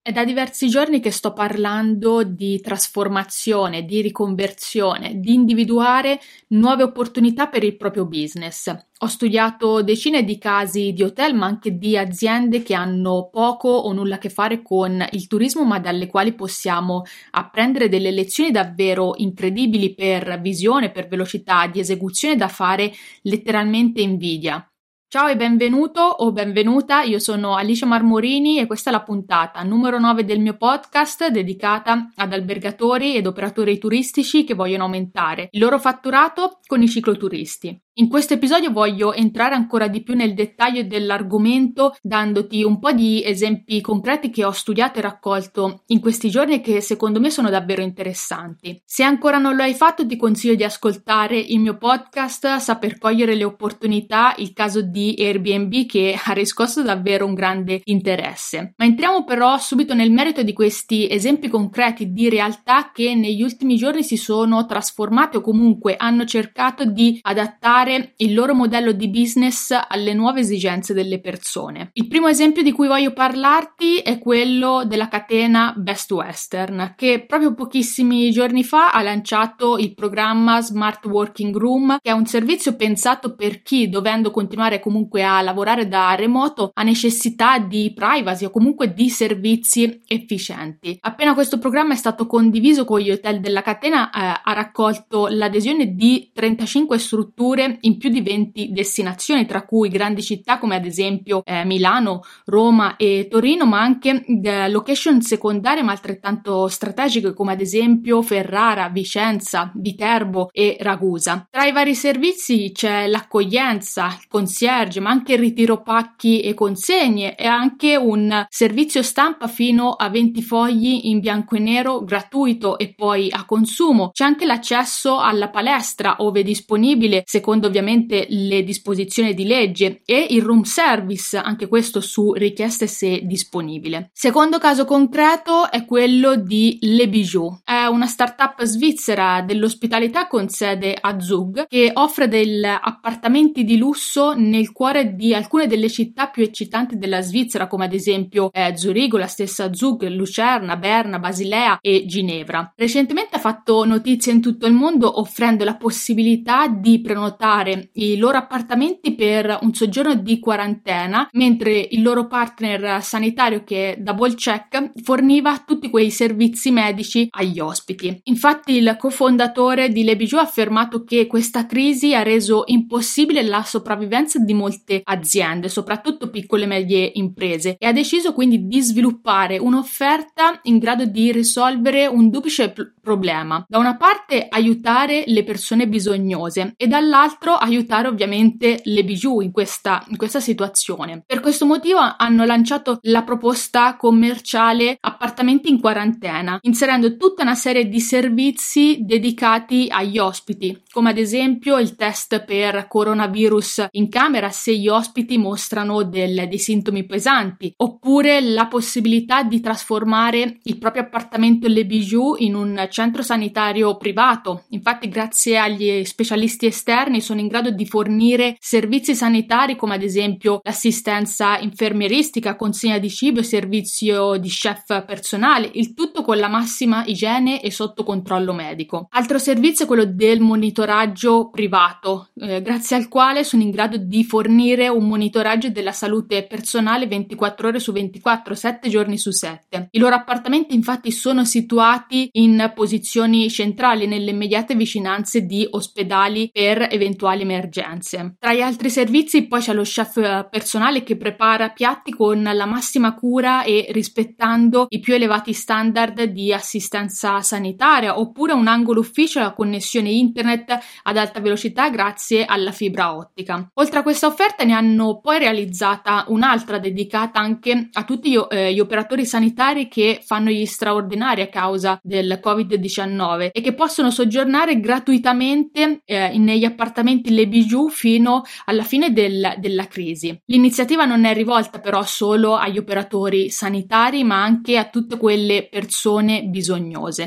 È da diversi giorni che sto parlando di trasformazione, di riconversione, di individuare nuove opportunità per il proprio business. Ho studiato decine di casi di hotel, ma anche di aziende che hanno poco o nulla a che fare con il turismo, ma dalle quali possiamo apprendere delle lezioni davvero incredibili per visione, per velocità di esecuzione da fare letteralmente invidia. Ciao e benvenuto o benvenuta, io sono Alicia Marmorini e questa è la puntata numero 9 del mio podcast dedicata ad albergatori ed operatori turistici che vogliono aumentare il loro fatturato con i cicloturisti. In questo episodio voglio entrare ancora di più nel dettaglio dell'argomento, dandoti un po' di esempi concreti che ho studiato e raccolto in questi giorni e che secondo me sono davvero interessanti. Se ancora non lo hai fatto, ti consiglio di ascoltare il mio podcast Saper cogliere le opportunità, il caso di Airbnb, che ha riscosso davvero un grande interesse. Ma entriamo però subito nel merito di questi esempi concreti di realtà che negli ultimi giorni si sono trasformate o comunque hanno cercato di adattare il loro modello di business alle nuove esigenze delle persone. Il primo esempio di cui voglio parlarti è quello della catena Best Western, che proprio pochissimi giorni fa ha lanciato il programma Smart Working Room, che è un servizio pensato per chi, dovendo continuare comunque a lavorare da remoto, ha necessità di privacy o comunque di servizi efficienti. Appena questo programma è stato condiviso con gli hotel della catena, ha raccolto l'adesione di 35 strutture in più di 20 destinazioni, tra cui grandi città come ad esempio Milano, Roma e Torino, ma anche location secondarie ma altrettanto strategiche come ad esempio Ferrara, Vicenza, Viterbo e Ragusa. Tra i vari servizi c'è l'accoglienza, il concierge, ma anche il ritiro pacchi e consegne e anche un servizio stampa fino a 20 fogli in bianco e nero gratuito e poi a consumo. C'è anche l'accesso alla palestra ove disponibile secondo ovviamente le disposizioni di legge e il room service, anche questo su richieste se disponibile. Secondo caso concreto è quello di Le Bijou. È una startup svizzera dell'ospitalità con sede a Zug che offre degli appartamenti di lusso nel cuore di alcune delle città più eccitanti della Svizzera, come ad esempio Zurigo, la stessa Zug, Lucerna, Berna, Basilea e Ginevra. Recentemente ha fatto notizia in tutto il mondo offrendo la possibilità di prenotare i loro appartamenti per un soggiorno di quarantena, mentre il loro partner sanitario, che è Double Check, forniva tutti quei servizi medici agli ospiti. Infatti il cofondatore di Le Bijou ha affermato che questa crisi ha reso impossibile la sopravvivenza di molte aziende, soprattutto piccole e medie imprese, e ha deciso quindi di sviluppare un'offerta in grado di risolvere un duplice problema: da una parte aiutare le persone bisognose e dall'altro aiutare ovviamente Le Bijou in questa situazione. Per questo motivo hanno lanciato la proposta commerciale appartamenti in quarantena, inserendo tutta una serie di servizi dedicati agli ospiti, come ad esempio il test per coronavirus in camera se gli ospiti mostrano dei sintomi pesanti, oppure la possibilità di trasformare il proprio appartamento Le Bijou in un centro sanitario privato. Infatti, grazie agli specialisti esterni sono in grado di fornire servizi sanitari come ad esempio l'assistenza infermieristica, consegna di cibo e servizio di chef personale, il tutto con la massima igiene e sotto controllo medico. Altro servizio è quello del monitoraggio privato, grazie al quale sono in grado di fornire un monitoraggio della salute personale 24 ore su 24, 7 giorni su 7. I loro appartamenti infatti sono situati in posizioni centrali nelle immediate vicinanze di ospedali per eventuali emergenze. Tra gli altri servizi poi c'è lo chef personale che prepara piatti con la massima cura e rispettando i più elevati standard di assistenza sanitaria, oppure un angolo ufficio e la connessione internet ad alta velocità grazie alla fibra ottica. Oltre a questa offerta ne hanno poi realizzata un'altra dedicata anche a tutti gli operatori sanitari che fanno gli straordinari a causa del Covid-19 e che possono soggiornare gratuitamente negli appartamenti Le Bijou fino alla fine della crisi. L'iniziativa non è rivolta però solo agli operatori sanitari, ma anche a tutte quelle persone bisognose.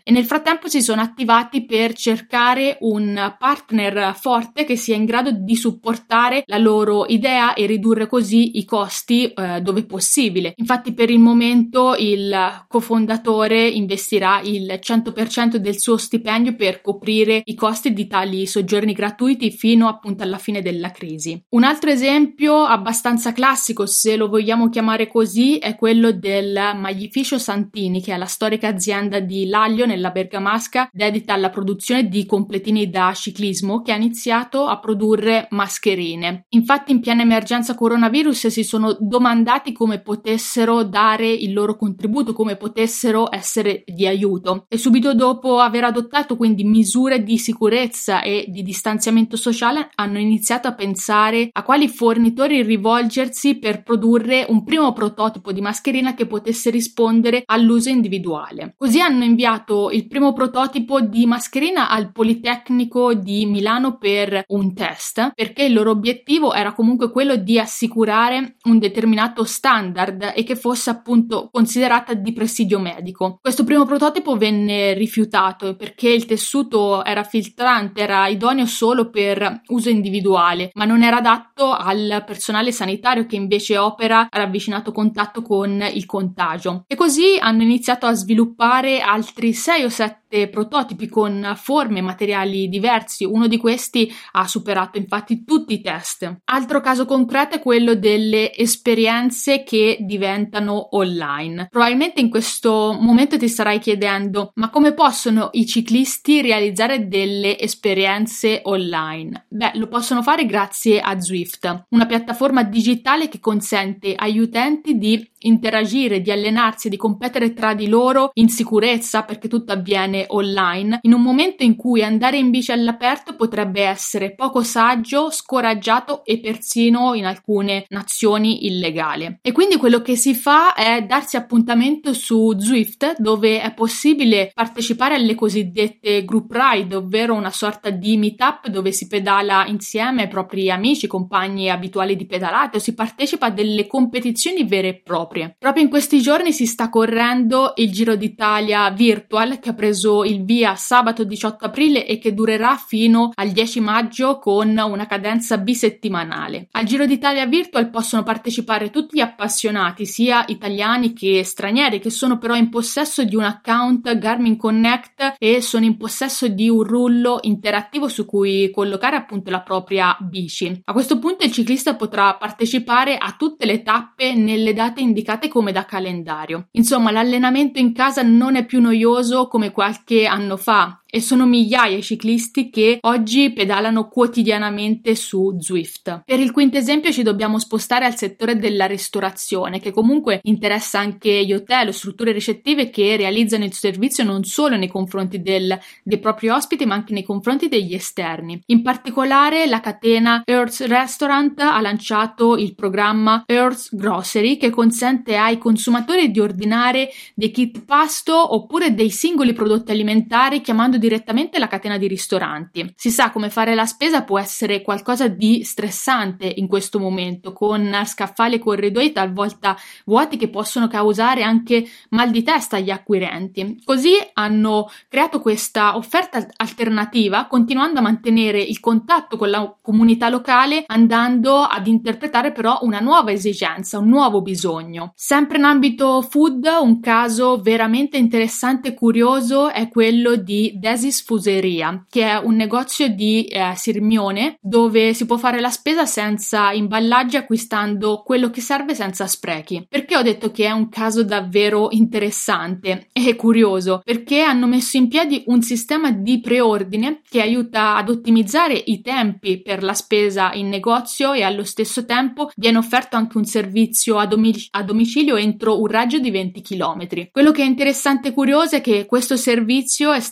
e nel frattempo si sono attivati per cercare un partner forte che sia in grado di supportare la loro idea e ridurre così i costi dove possibile. Infatti per il momento il cofondatore investirà il 100% del suo stipendio per coprire i costi di tali soggiorni gratuiti fino appunto alla fine della crisi. Un altro esempio abbastanza classico, se lo vogliamo chiamare così, è quello del Maglificio Santini, che è la storica azienda di Laglio nella Bergamasca dedita alla produzione di completini da ciclismo, che ha iniziato a produrre mascherine. Infatti in piena emergenza coronavirus si sono domandati come potessero dare il loro contributo, come potessero essere di aiuto, e subito dopo aver adottato quindi misure di sicurezza e di distanziamento sociale hanno iniziato a pensare a quali fornitori rivolgersi per produrre un primo prototipo di mascherina che potesse rispondere all'uso individuale. Così hanno inviato il primo prototipo di mascherina al Politecnico di Milano per un test, perché il loro obiettivo era comunque quello di assicurare un determinato standard e che fosse appunto considerata di presidio medico. Questo primo prototipo venne rifiutato perché il tessuto era filtrante, era idoneo solo per uso individuale, ma non era adatto al personale sanitario che invece opera a ravvicinato contatto con il contagio. E così hanno iniziato a sviluppare altri 6 o 7 prototipi con forme e materiali diversi. Uno di questi ha superato infatti tutti i test. Altro caso concreto è quello delle esperienze che diventano online. Probabilmente in questo momento ti starai chiedendo: ma come possono i ciclisti realizzare delle esperienze online? Beh, lo possono fare grazie a Zwift, una piattaforma digitale che consente agli utenti di interagire, di allenarsi e di competere tra di loro in sicurezza, perché tutto avviene online, in un momento in cui andare in bici all'aperto potrebbe essere poco saggio, scoraggiato e persino in alcune nazioni illegale. E quindi quello che si fa è darsi appuntamento su Zwift, dove è possibile partecipare alle cosiddette group ride, ovvero una sorta di meetup dove si pedala insieme ai propri amici, compagni abituali di pedalate, o si partecipa a delle competizioni vere e proprie. Proprio in questi giorni si sta correndo il Giro d'Italia Virtual, che ha preso il via sabato 18 aprile e che durerà fino al 10 maggio con una cadenza bisettimanale. Al Giro d'Italia Virtual possono partecipare tutti gli appassionati, sia italiani che stranieri, che sono però in possesso di un account Garmin Connect e sono in possesso di un rullo interattivo su cui collocare appunto la propria bici. A questo punto il ciclista potrà partecipare a tutte le tappe nelle date indicate come da calendario. Insomma, l'allenamento in casa non è più noioso come qualche anno fa, e sono migliaia i ciclisti che oggi pedalano quotidianamente su Zwift. Per il quinto esempio ci dobbiamo spostare al settore della ristorazione, che comunque interessa anche gli hotel o strutture ricettive che realizzano il servizio non solo nei confronti dei propri ospiti, ma anche nei confronti degli esterni. In particolare la catena Earth's Restaurant ha lanciato il programma Earth's Grocery, che consente ai consumatori di ordinare dei kit pasto oppure dei singoli prodotti alimentari chiamando direttamente la catena di ristoranti. Si sa, come fare la spesa può essere qualcosa di stressante in questo momento, con scaffali e corridoi talvolta vuoti che possono causare anche mal di testa agli acquirenti. Così hanno creato questa offerta alternativa, continuando a mantenere il contatto con la comunità locale, andando ad interpretare però una nuova esigenza, un nuovo bisogno. Sempre in ambito food, un caso veramente interessante e curioso è quello di Desis Fuseria, che è un negozio di Sirmione dove si può fare la spesa senza imballaggi, acquistando quello che serve senza sprechi. Perché ho detto che è un caso davvero interessante e curioso? Perché hanno messo in piedi un sistema di preordine che aiuta ad ottimizzare i tempi per la spesa in negozio e allo stesso tempo viene offerto anche un servizio a domicilio entro un raggio di 20 km. Quello che è interessante e curioso è che questo servizio è stato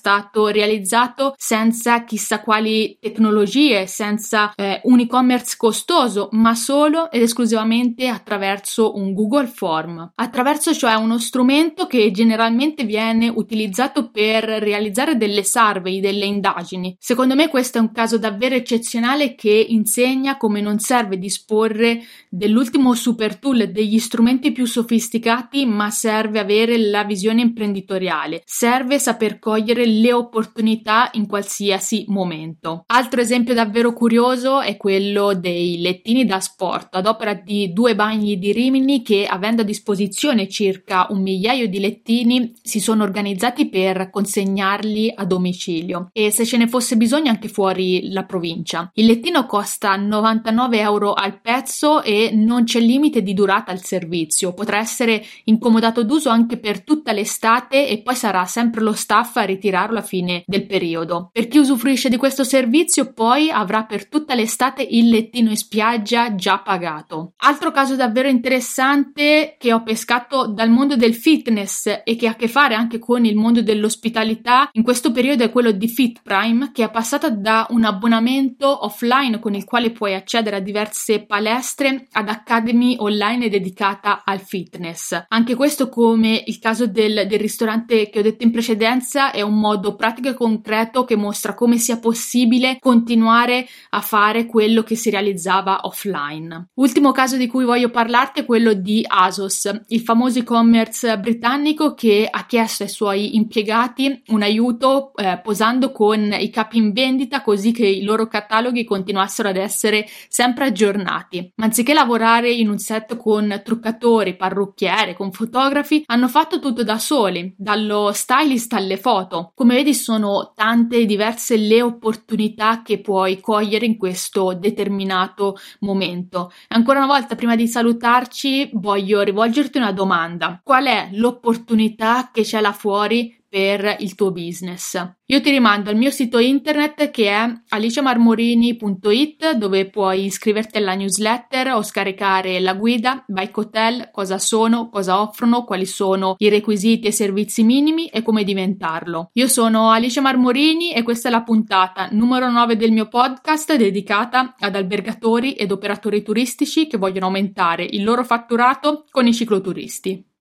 realizzato senza chissà quali tecnologie, senza un e-commerce costoso, ma solo ed esclusivamente attraverso un Google Form. Attraverso cioè uno strumento che generalmente viene utilizzato per realizzare delle survey, delle indagini. Secondo me questo è un caso davvero eccezionale che insegna come non serve disporre dell'ultimo super tool, degli strumenti più sofisticati, ma serve avere la visione imprenditoriale, serve saper cogliere le opportunità in qualsiasi momento. Altro esempio davvero curioso è quello dei lettini da sport, ad opera di Due Bagni di Rimini che, avendo a disposizione circa 1 migliaio di lettini, si sono organizzati per consegnarli a domicilio e se ce ne fosse bisogno anche fuori la provincia. Il lettino costa 99 euro al pezzo e non c'è limite di durata al servizio, potrà essere incomodato d'uso anche per tutta l'estate e poi sarà sempre lo staff a ritirarlo a fine del periodo. Per chi usufruisce di questo servizio poi avrà per tutta l'estate il lettino in spiaggia già pagato. Altro caso davvero interessante che ho pescato dal mondo del fitness e che ha a che fare anche con il mondo dell'ospitalità in questo periodo è quello di Fit Prime, che è passato da un abbonamento offline con il quale puoi accedere a diverse palestre ad academy online dedicata al fitness. Anche questo, come il caso del ristorante che ho detto in precedenza, è un modo pratico e concreto che mostra come sia possibile continuare a fare quello che si realizzava offline. Ultimo caso di cui voglio parlarti è quello di ASOS, il famoso e-commerce britannico che ha chiesto ai suoi impiegati un aiuto posando con i capi in vendita così che i loro cataloghi continuassero ad essere sempre aggiornati. Ma anziché lavorare in un set con truccatori, parrucchiere, con fotografi, hanno fatto tutto da soli, dallo stylist alle foto. Come vedi sono tante e diverse le opportunità che puoi cogliere in questo determinato momento. E ancora una volta, prima di salutarci, voglio rivolgerti una domanda. Qual è l'opportunità che c'è là fuori per il tuo business? Io ti rimando al mio sito internet che è aliciamarmorini.it, dove puoi iscriverti alla newsletter o scaricare la guida Bike Hotel, cosa sono, cosa offrono, quali sono i requisiti e servizi minimi e come diventarlo. Io sono Alicia Marmorini e questa è la puntata numero 9 del mio podcast dedicata ad albergatori ed operatori turistici che vogliono aumentare il loro fatturato con i cicloturisti.